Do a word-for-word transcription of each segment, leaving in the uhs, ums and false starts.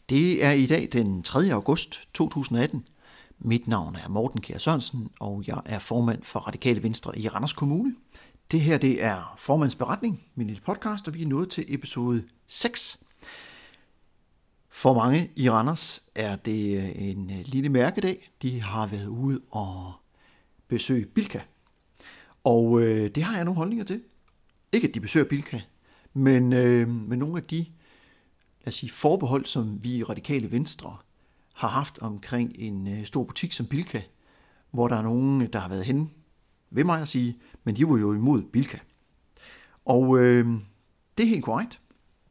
Det er i dag den tredje august to tusind og atten. Mit navn er Morten Kjær Sørensen, og jeg er formand for Radikale Venstre i Randers Kommune. Det her det er Formands Beretning, min lille podcast, og vi er nået til episode seks. For mange i Randers er det en lille mærkedag. De har været ude og besøge Bilka. Og øh, det har jeg nogle holdninger til. Ikke at de besøger Bilka, men, øh, men nogle af de lad os sige, forbehold, som vi i Radikale Venstre har haft omkring en øh, stor butik som Bilka, hvor der er nogen, der har været henne ved mig at sige, men de var jo imod Bilka. Og øh, det er helt korrekt.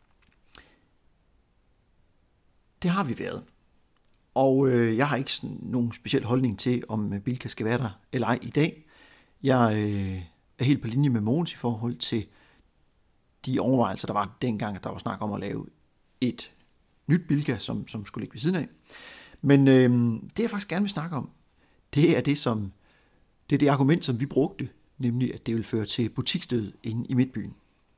Det har vi været. Og øh, jeg har ikke sådan nogen speciel holdning til, om Bilka skal være der eller ej i dag. Jeg øh, er helt på linje med Mogens i forhold til de overvejelser, der var dengang, at der var snak om at lave et nyt Bilka, som, som skulle ligge ved siden af. Men øh, det jeg faktisk gerne vil snakke om, det er det, som, det er det argument, som vi brugte, nemlig at det vil føre til butiksdød inde i Midtbyen.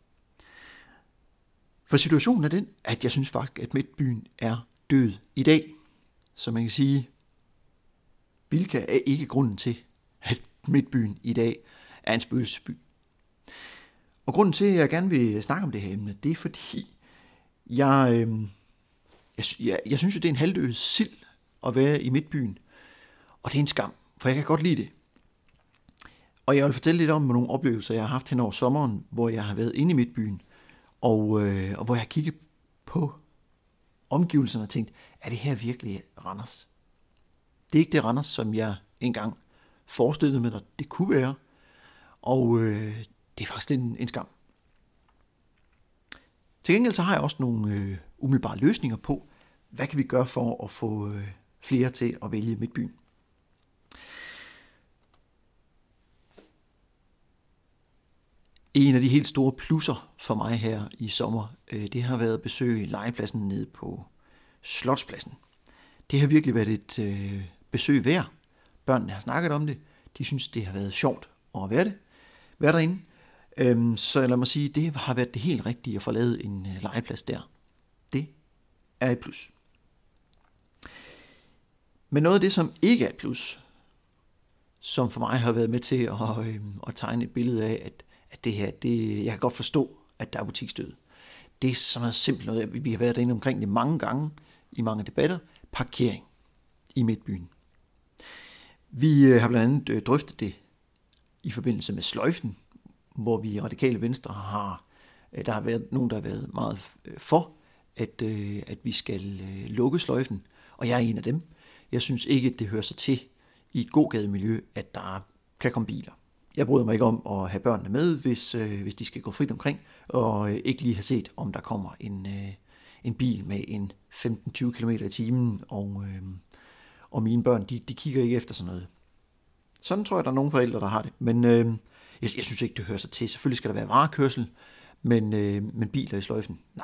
For situationen er den, at jeg synes faktisk, at Midtbyen er død i dag. Så man kan sige, Bilka er ikke grunden til, at Midtbyen i dag er en spøgelsesby. Og grunden til, at jeg gerne vil snakke om det her emne, det er fordi, jeg, øh, jeg, jeg, jeg synes jo, det er en halvdød sild at være i Midtbyen. Og det er en skam, for jeg kan godt lide det. Og jeg vil fortælle lidt om nogle oplevelser, jeg har haft hen over sommeren, hvor jeg har været inde i Midtbyen, og, øh, og hvor jeg har kigget på omgivelserne og tænkt, er det her virkelig Randers? Det er ikke det Randers, som jeg engang forestillede mig, at det kunne være. Og øh, det er faktisk en, en skam. Til gengæld så har jeg også nogle øh, umiddelbare løsninger på, hvad kan vi gøre for at få øh, flere til at vælge Midtbyen. En af de helt store plusser for mig her i sommer, øh, det har været at besøge legepladsen nede på Slotspladsen. Det har virkelig været et øh, besøg værd. Børnene har snakket om det. De synes, det har været sjovt at være det. Være derinde. Øhm, så lad mig sige, det har været det helt rigtige at få lavet en øh, legeplads der. Det er et plus. Men noget af det, som ikke er et plus, som for mig har været med til at, øh, at tegne et billede af, at, at det her, det, jeg kan godt forstå, at der er butiksdød. Det er sådan noget simpelt noget, vi har været derinde omkring det mange gange i mange debatter. Parkering i Midtbyen. Vi øh, har blandt andet øh, drøftet det i forbindelse med sløjfen, hvor vi i Radikale Venstre har, der har været nogen, der har været meget for, at, at vi skal lukke sløjfen, og jeg er en af dem. Jeg synes ikke, at det hører sig til i et gågademiljø, at der kan komme biler. Jeg bryder mig ikke om at have børnene med, hvis, hvis de skal gå frit omkring, og ikke lige have set, om der kommer en, en bil med en femten til tyve kilometer i timen, og, og mine børn, de, de kigger ikke efter sådan noget. Sådan tror jeg, der er nogle forældre, der har det, men øh, jeg, jeg synes ikke, det hører sig til. Selvfølgelig skal der være varekørsel, men, øh, men biler i sløjfen, nej.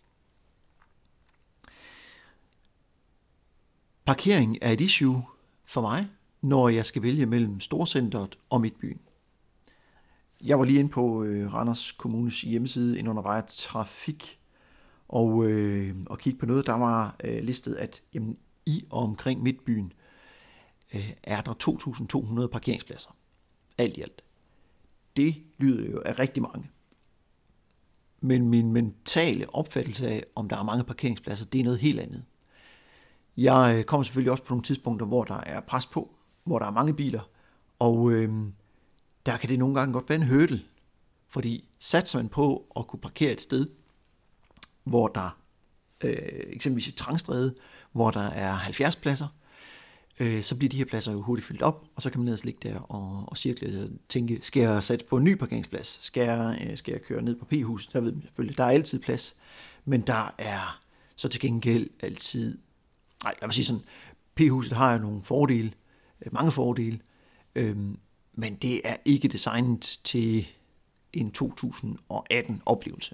Parkering er et issue for mig, når jeg skal vælge mellem Storcenteret og Midtbyen. Jeg var lige inde på øh, Randers Kommunes hjemmeside, ind under vejet trafik, og, øh, og kigge på noget, der var øh, listet, at jamen, i og omkring Midtbyen øh, er der to tusind to hundrede parkeringspladser. Alt i alt. Det lyder jo af rigtig mange. Men min mentale opfattelse af, om der er mange parkeringspladser, det er noget helt andet. Jeg kommer selvfølgelig også på nogle tidspunkter, hvor der er pres på, hvor der er mange biler, og øh, der kan det nogle gange godt være en hurdle, fordi satser man på at kunne parkere et sted, hvor der øh, eksempelvis et trangstræde, hvor der er halvfjerds pladser, øh, så bliver de her pladser jo hurtigt fyldt op, og så kan man ellers ligge der og, og cirkle og tænke, skal jeg satse på en ny parkeringsplads? Skal jeg, øh, skal jeg køre ned på P-huset? Der ved man selvfølgelig, der er altid plads, men der er så til gengæld altid, nej, lad mig sige sådan, P-huset har jo nogle fordele, øh, mange fordele, øh, men det er ikke designet til en to tusind og atten oplevelse.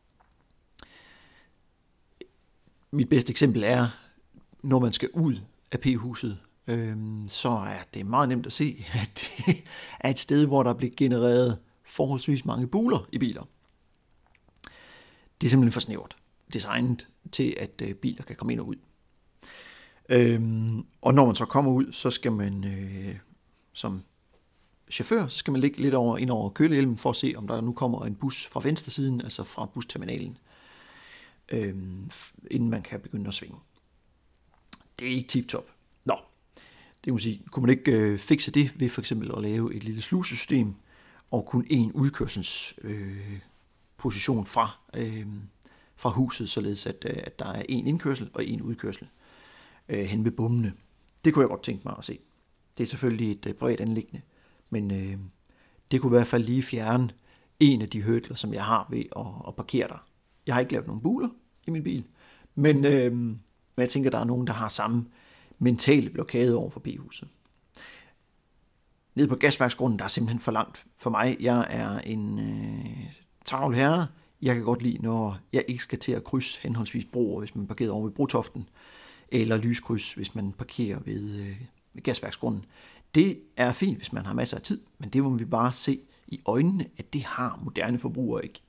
Mit bedste eksempel er, når man skal ud af P-huset, øhm, så er det meget nemt at se, at det er et sted, hvor der bliver genereret forholdsvis mange buler i biler. Det er simpelthen for snævert designet. til, at øh, biler kan komme ind og ud. Øhm, og når man så kommer ud, så skal man øh, som chauffør, så skal man ligge lidt over, ind over kølehjelmen for at se, om der nu kommer en bus fra venstre siden, altså fra busterminalen, øhm, inden man kan begynde at svinge. Det er ikke tip-top. Nå, det må sige, kunne man ikke øh, fikse det ved for eksempel at lave et lille slusesystem og kun en udkørselsposition øh, fra, øh, fra huset, således at, øh, at der er en indkørsel og en udkørsel øh, hen ved bommene. Det kunne jeg godt tænke mig at se. Det er selvfølgelig et øh, privat anliggende, men øh, det kunne i hvert fald lige fjerne en af de hurdler, som jeg har ved at, at parkere der. Jeg har ikke lavet nogen buler i min bil, men, øh, men jeg tænker, der er nogen, der har samme mentale blokade over for P-huset. Nede på gasværksgrunden, der er simpelthen for langt for mig. Jeg er en øh, travl herre. Jeg kan godt lide, når jeg ikke skal til at krydse henholdsvis broer, hvis man parkerer over ved Brotoften, eller lyskryds, hvis man parkerer ved, øh, ved gasværksgrunden. Det er fint, hvis man har masser af tid, men det må vi bare se i øjnene, at det har moderne forbrugere ikke.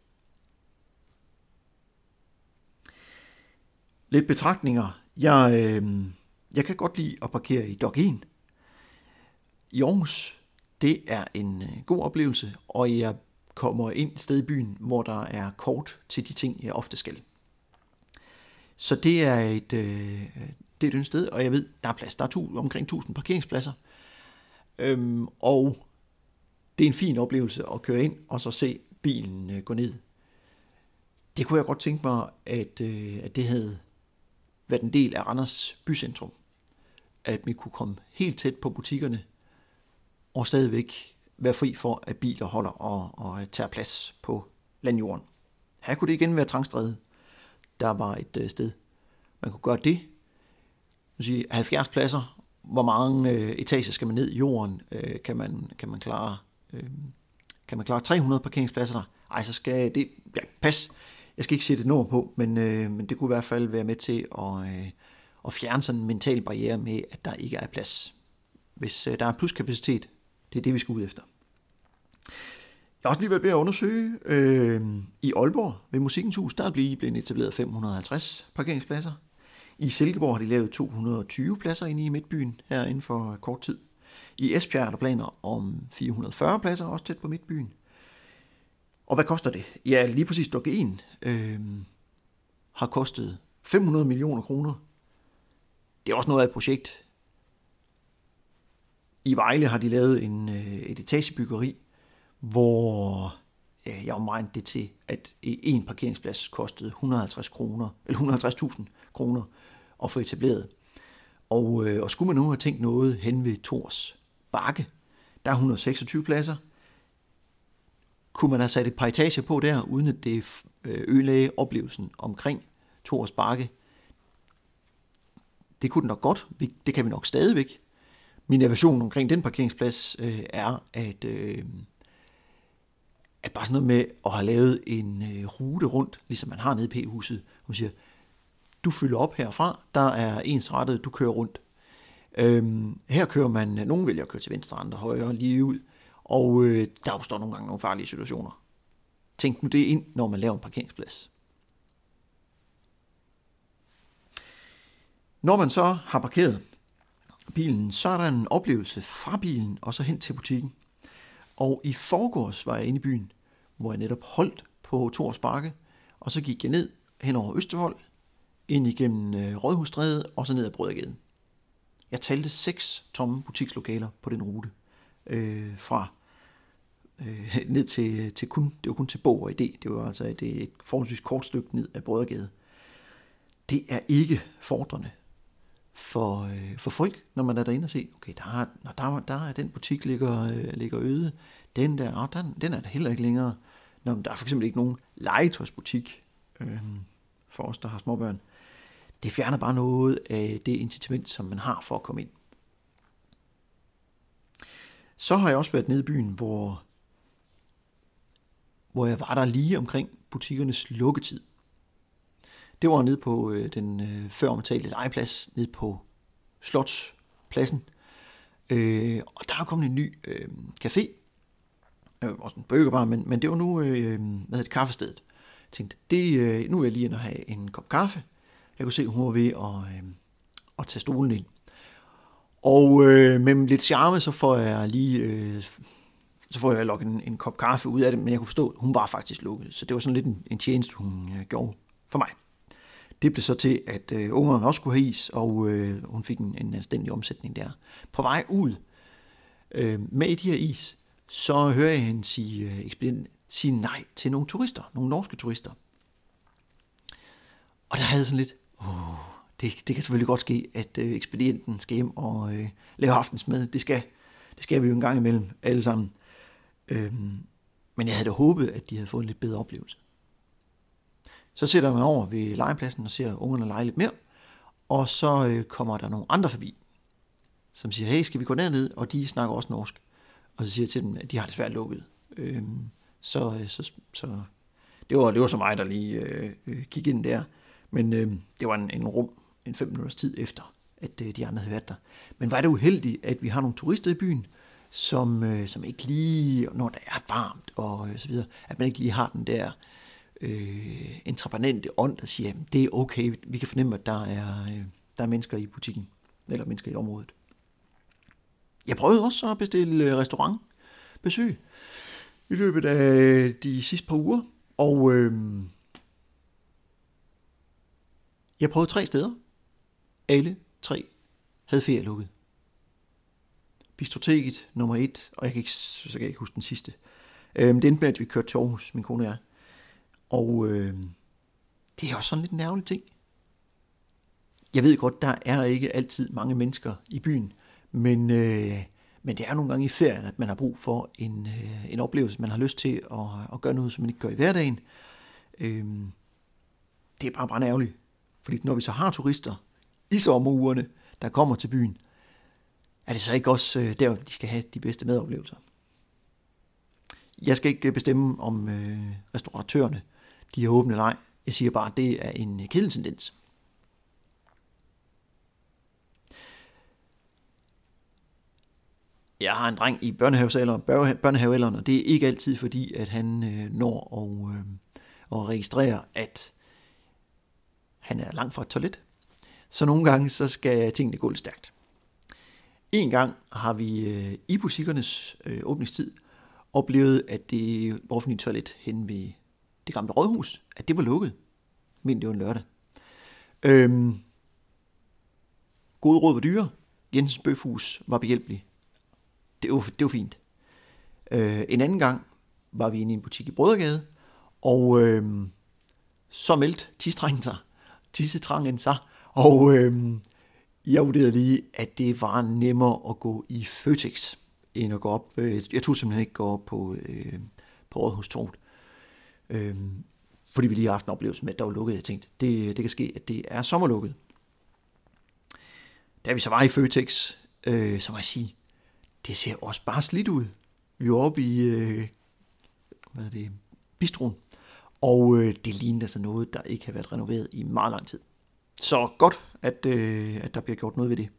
Lidt betragtninger. Jeg, øh, jeg kan godt lide at parkere i Dok en. I Aarhus, det er en øh, god oplevelse, og jeg kommer ind et sted i byen, hvor der er kort til de ting, jeg ofte skal. Så det er et, øh, det er et sted, og jeg ved, der er plads. Der er to, omkring tusind parkeringspladser. Øhm, og det er en fin oplevelse at køre ind og så se bilen øh, gå ned. Det kunne jeg godt tænke mig, at, øh, at det havde været en del af Randers bycentrum. At vi kunne komme helt tæt på butikkerne og stadigvæk være fri for, at biler holder og, og tager plads på landjorden. Her kunne det igen være Trangstræde. Der var et øh, sted, man kunne gøre det. Sige, halvfjerds pladser. Hvor mange øh, etager skal man ned i jorden? Øh, kan, man, kan, man klare, øh, kan man klare tre hundrede parkeringspladser der? Ej, så skal det... Ja, pas. Jeg skal ikke sætte et nummer på, men, øh, men det kunne i hvert fald være med til at, øh, at fjerne sådan en mental barriere med, at der ikke er plads. Hvis øh, der er pluskapacitet, det er det, vi skal ud efter. Jeg har også lige været ved at undersøge øh, i Aalborg ved Musikkens Hus, der er blevet etableret fem hundrede og halvtreds parkeringspladser. I Silkeborg har de lavet to hundrede og tyve pladser inde i Midtbyen her inden for kort tid. I Esbjerg er der planer om fire hundrede og fyrre pladser, også tæt på Midtbyen. Og hvad koster det? Ja, lige præcis Dok en øh, har kostet fem hundrede millioner kroner. Det er også noget af et projekt. I Vejle har de lavet en, øh, et etagebyggeri, hvor øh, jeg omregnet det til, at en parkeringsplads kostede et hundrede og halvtreds kroner, eller et hundrede og halvtreds tusind kroner at få etableret. Og, øh, og skulle man nu have tænkt noget hen ved Thors Bakke, der er et hundrede og seksogtyve pladser. Kunne man have sat et par etager på der, uden at det ødelagde oplevelsen omkring Thors Bakke? Det kunne det nok godt. Det kan vi nok stadigvæk. Min aversion omkring den parkeringsplads øh, er, at, øh, at bare sådan noget med at have lavet en øh, rute rundt, ligesom man har nede i P-huset, hvor man siger, du fylder op herfra, der er ensrettet, du kører rundt. Øhm, her kører man, nogen vælger at køre til venstre, andre højre, lige ud, og øh, der opstår nogle gange nogle farlige situationer. Tænk nu det ind, når man laver en parkeringsplads. Når man så har parkeret bilen, så er der en oplevelse fra bilen og så hen til butikken. Og i forgårs var jeg inde i byen, hvor jeg netop holdt på Thors Bakke, og så gik jeg ned hen over Østervold, ind igennem øh, Rådhusstræde og så ned ad Brødregaden. Jeg talte seks tomme butikslokaler på den rute, øh, fra øh, ned til, til kun, det var kun til Bog og Idé. Det var altså et, et forholdsvis kort stykke ned ad Brødregade. Det er ikke fordrende for, øh, for folk, når man er derinde og se, okay, der er, når der, der er den butik ligger, øh, ligger øde, den der, oh, den, den er der heller ikke længere. Når der er for eksempel ikke nogen legetøjsbutik øh, for os, der har småbørn. Det fjerner bare noget af det incitament, som man har for at komme ind. Så har jeg også været nede i byen, hvor, hvor jeg var der lige omkring butikkernes lukketid. Det var nede på øh, den øh, før omtalte legeplads, nede på Slotspladsen. Øh, og der er kommet en ny øh, café, øh, også en burgerbar, men, men det var nu øh, hvad hedder det, kaffestedet. Jeg tænkte, det, øh, nu er jeg lige inde og have en kop kaffe. Jeg kunne se, at hun var ved at, øh, at tage stolen ind. Og øh, med lidt charme, så får jeg lige øh, så får jeg lukket en, en kop kaffe ud af det, men jeg kunne forstå, at hun var faktisk lukket. Så det var sådan lidt en, en tjeneste, hun øh, gjorde for mig. Det blev så til, at øh, ungerne også skulle have is, og øh, hun fik en, en anstændig omsætning der. På vej ud øh, med de her is, så hører jeg hende sige, øh, ekspedient, sige nej til nogle turister, nogle norske turister. Og der havde sådan lidt, åh, det, det kan selvfølgelig godt ske, at øh, ekspedienten skal hjem og øh, lave aftensmad. Det skal, det skal vi jo en gang imellem, alle sammen. Øhm, men jeg havde da håbet, at de havde fået en lidt bedre oplevelse. Så sætter man over ved legepladsen og ser ungerne lege lidt mere, og så øh, kommer der nogle andre forbi, som siger, hey, skal vi gå derned? Og de snakker også norsk. Og så siger jeg til dem, at de har det svært lukket. Øhm, så, så, så det var, det var så mig, der lige øh, gik ind der. Men øh, det var en, en rum, en fem minutters tid efter, at øh, de andre havde været der. Men var det uheldigt, at vi har nogle turister i byen, som, øh, som ikke lige, når der er varmt og øh, så videre, at man ikke lige har den der øh, entreprenante ånd, der siger, at det er okay, vi kan fornemme, at der er, øh, der er mennesker i butikken, eller mennesker i området. Jeg prøvede også at bestille restaurantbesøg i løbet af de sidste par uger, og øh, jeg prøvede tre steder. Alle tre havde ferie lukket. Biblioteket nummer et, og jeg kan ikke, så kan jeg ikke huske den sidste. Øh, det endte med, at vi kørte til Aarhus, min kone og jeg. Og øh, det er også sådan lidt en ærgerlig ting. Jeg ved godt, der er ikke altid mange mennesker i byen, men, øh, men det er nogle gange i ferien, at man har brug for en, øh, en oplevelse, man har lyst til at, at gøre noget, som man ikke gør i hverdagen. Øh, det er bare bare ærgerligt, fordi når vi så har turister i sommerugerne, der kommer til byen, er det så ikke også øh, der, de skal have de bedste madoplevelser. Jeg skal ikke bestemme, om øh, restauratørerne de er åbne eller ej. Jeg siger bare, at det er en kedelig tendens. Jeg har en dreng i børnehavealderen, børnehavealderen, og det er ikke altid fordi, at han øh, når at, øh, at registrere, at han er langt fra et toilet. Så nogle gange så skal tingene gå lidt stærkt. En gang har vi øh, i butikkernes øh, åbningstid oplevet, at det offentlige toilet hen ved det gamle rådhus, at det var lukket, men det var en lørdag. Øhm, gode råd var dyre. Jensens Bøfhus var behjælpelig. Det var, det var fint. Øh, en anden gang var vi inde i en butik i Brødregade, og øh, så meldte tistrangen sig, tissetrangen sig, og øh, jeg vurderede lige, at det var nemmere at gå i Føtex, end at gå op. Jeg tog simpelthen ikke gå op på, øh, på Rådhustorvet, øh, fordi vi lige har haft en oplevelse med, at der var lukket. Jeg tænkte, det, det kan ske, at det er sommerlukket. Da vi så var i Føtex, øh, så må jeg sige, det ser også bare slidt ud. Vi var oppe i øh, hvad er det, bistroen, og øh, det lignede altså noget, der ikke har været renoveret i meget lang tid. Så godt, at, øh, at der bliver gjort noget ved det.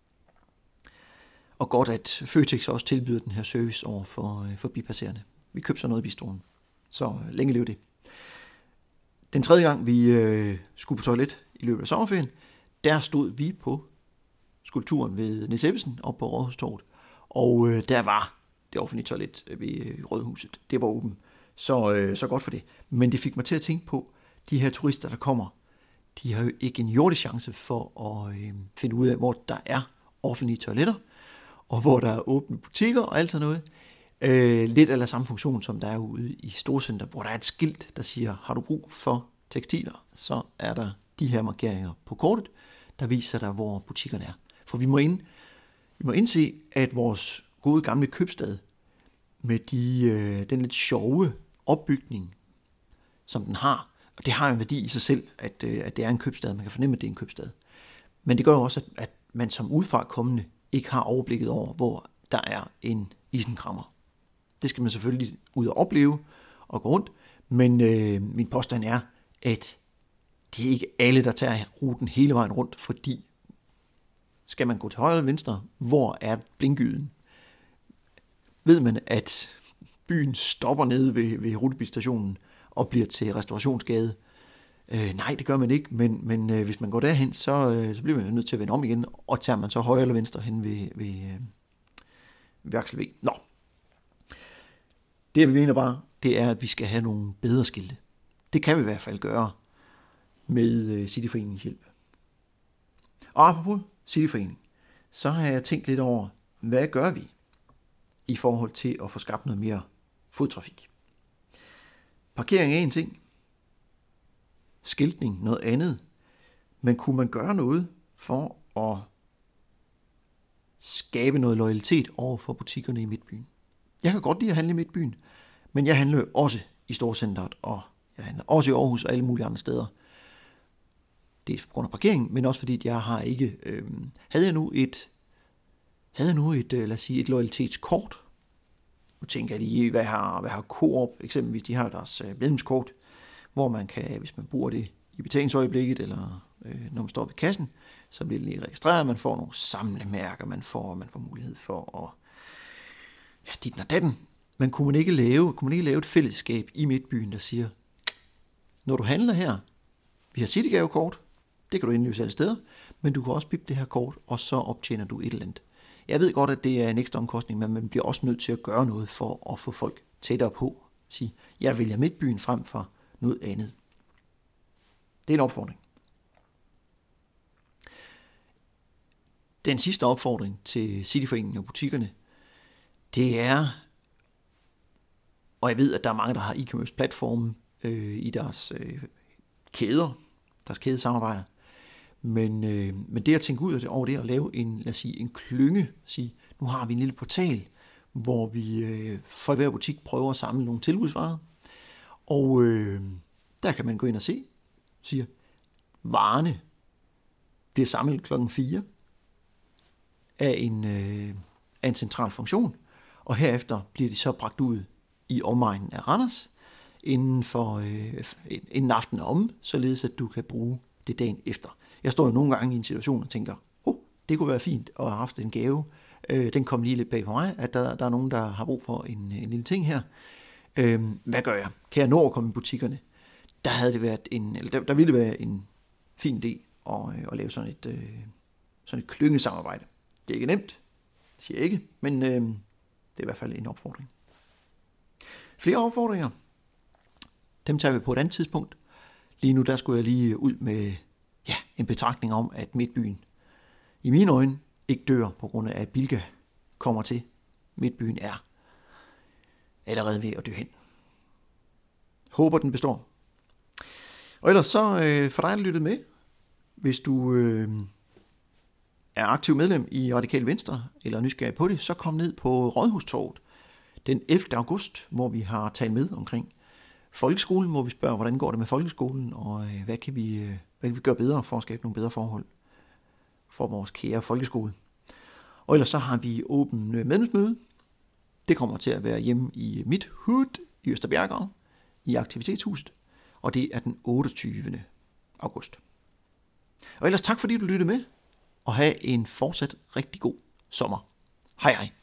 Og godt, at Føtex også tilbyder den her service over for øh, forbipasserende. Vi købte så noget i bistroen, så øh, længe leve det. Den tredje gang, vi øh, skulle på toilet i løbet af sommerferien, der stod vi på skulpturen ved Niels Ebbesen oppe på Rådhustorvet. Og øh, der var det offentlige toilet ved øh, Rådhuset. Det var åbent. Så, øh, så godt for det. Men det fik mig til at tænke på, de her turister, der kommer, de har jo ikke en jordisk chance for at øh, finde ud af, hvor der er offentlige toiletter, og hvor der er åbne butikker og alt sådan noget. Øh, lidt eller samme funktion, som der er ude i Storcenter, hvor der er et skilt, der siger, har du brug for tekstiler, så er der de her markeringer på kortet, der viser dig, hvor butikkerne er. For vi må, ind, vi må indse, at vores gode gamle købstad, med de, øh, den lidt sjove opbygning, som den har, og det har jo en værdi i sig selv, at, øh, at det er en købstad, man kan fornemme, at det er en købstad. Men det gør jo også, at, at man som udefra kommende ikke har overblikket over, hvor der er en isenkrammer. Det skal man selvfølgelig ud og opleve og gå rundt, men øh, min påstand er, at det er ikke alle, der tager ruten hele vejen rundt, fordi skal man gå til højre eller venstre, hvor er blinkyden? Ved man, at byen stopper nede ved, ved Rudeby stationen og bliver til Restaurationsgade, Øh, nej, det gør man ikke, men, men øh, hvis man går derhen, så, øh, så bliver man nødt til at vende om igen, og tager man så højre eller venstre hen ved, ved, øh, ved Aksel V. Nå. Det, vi mener bare, det er, at vi skal have nogle bedre skilte. Det kan vi i hvert fald gøre med øh, Cityforeningens hjælp. Og apropos Cityforening, så har jeg tænkt lidt over, hvad gør vi i forhold til at få skabt noget mere fodtrafik. Parkering er en ting, skiltning noget andet, men kunne man gøre noget for at skabe noget loyalitet over for butikkerne i Midtbyen? Jeg kan godt lide at handle i Midtbyen, men jeg handler også i Storcenteret, og jeg handler også i Aarhus og alle mulige andre steder. Det er på grund af parkeringen, men også fordi jeg har ikke øh, havde jeg nu et havde jeg nu et øh, lad os sige et loyalitetskort. Nu tænker jeg lige, hvad har hvad har Coop eksempelvis, de har deres øh, medlemskort, hvor man kan, hvis man bruger det i betalingsøjeblikket eller øh, når man står ved kassen, så bliver det lige registreret, man får nogle samlemærker, man får man får mulighed for at ja, dit og datten. Men kunne man ikke lave, kunne man ikke lave et fællesskab i Midtbyen, der siger, når du handler her, vi har Citygavekort, det kan du indløse alle steder, men du kan også bippe det her kort, og så optjener du et eller andet. Jeg ved godt, at det er en ekstra omkostning, men man bliver også nødt til at gøre noget for at få folk tættere på. Sige, jeg vælger Midtbyen frem for noget andet. Det er en opfordring. Den sidste opfordring til Cityforeningen og butikkerne, det er, og jeg ved, at der er mange, der har e-commerce platforme øh, i deres øh, kæder, deres kædesamarbejder, men, øh, men det at tænke ud over det, at lave en, lad os sige, en klynge, sige, nu har vi en lille portal, hvor vi øh, for hver butik prøver at samle nogle tilbudsvarer, og øh, der kan man gå ind og se, siger, varerne bliver samlet klokken fire af en, øh, af en central funktion, og herefter bliver de så bragt ud i omegnen af Randers inden for øh, en aften om, således at du kan bruge det dagen efter. Jeg står jo nogle gange i en situation og tænker, oh, det kunne være fint at have haft en gave. Øh, den kom lige lidt bag på mig, at der, der er nogen, der har brug for en, en lille ting her. Øh, hvad gør jeg? Kan jeg nå at komme i butikkerne? Der havde det været en, eller der, der ville være en fin idé at, at lave sådan et, øh, sådan et klyngesamarbejde. Det er ikke nemt, det siger jeg ikke, men øh, det er i hvert fald en opfordring. Flere opfordringer, dem tager vi på et andet tidspunkt. Lige nu der skulle jeg lige ud med ja, en betragtning om, at Midtbyen i mine øjne ikke dør på grund af, at Bilka kommer til. Midtbyen er allerede ved at dø hen. Håber den består. Og ellers så øh, for dig, der lyttede med, hvis du øh, er aktiv medlem i Radikale Venstre, eller nysgerrig på det, så kom ned på Rådhustorvet den ellevte august, hvor vi har talt med omkring folkeskolen, hvor vi spørger, hvordan går det med folkeskolen, og øh, hvad, kan vi, øh, hvad kan vi gøre bedre for at skabe nogle bedre forhold for vores kære folkeskole. Og ellers så har vi åben medlemsmøde. Det kommer til at være hjemme i mit hood i Østerbjerggrav i Aktivitetshuset, og det er den otteogtyvende august. Og ellers tak fordi du lyttede med, og have en fortsat rigtig god sommer. Hej hej.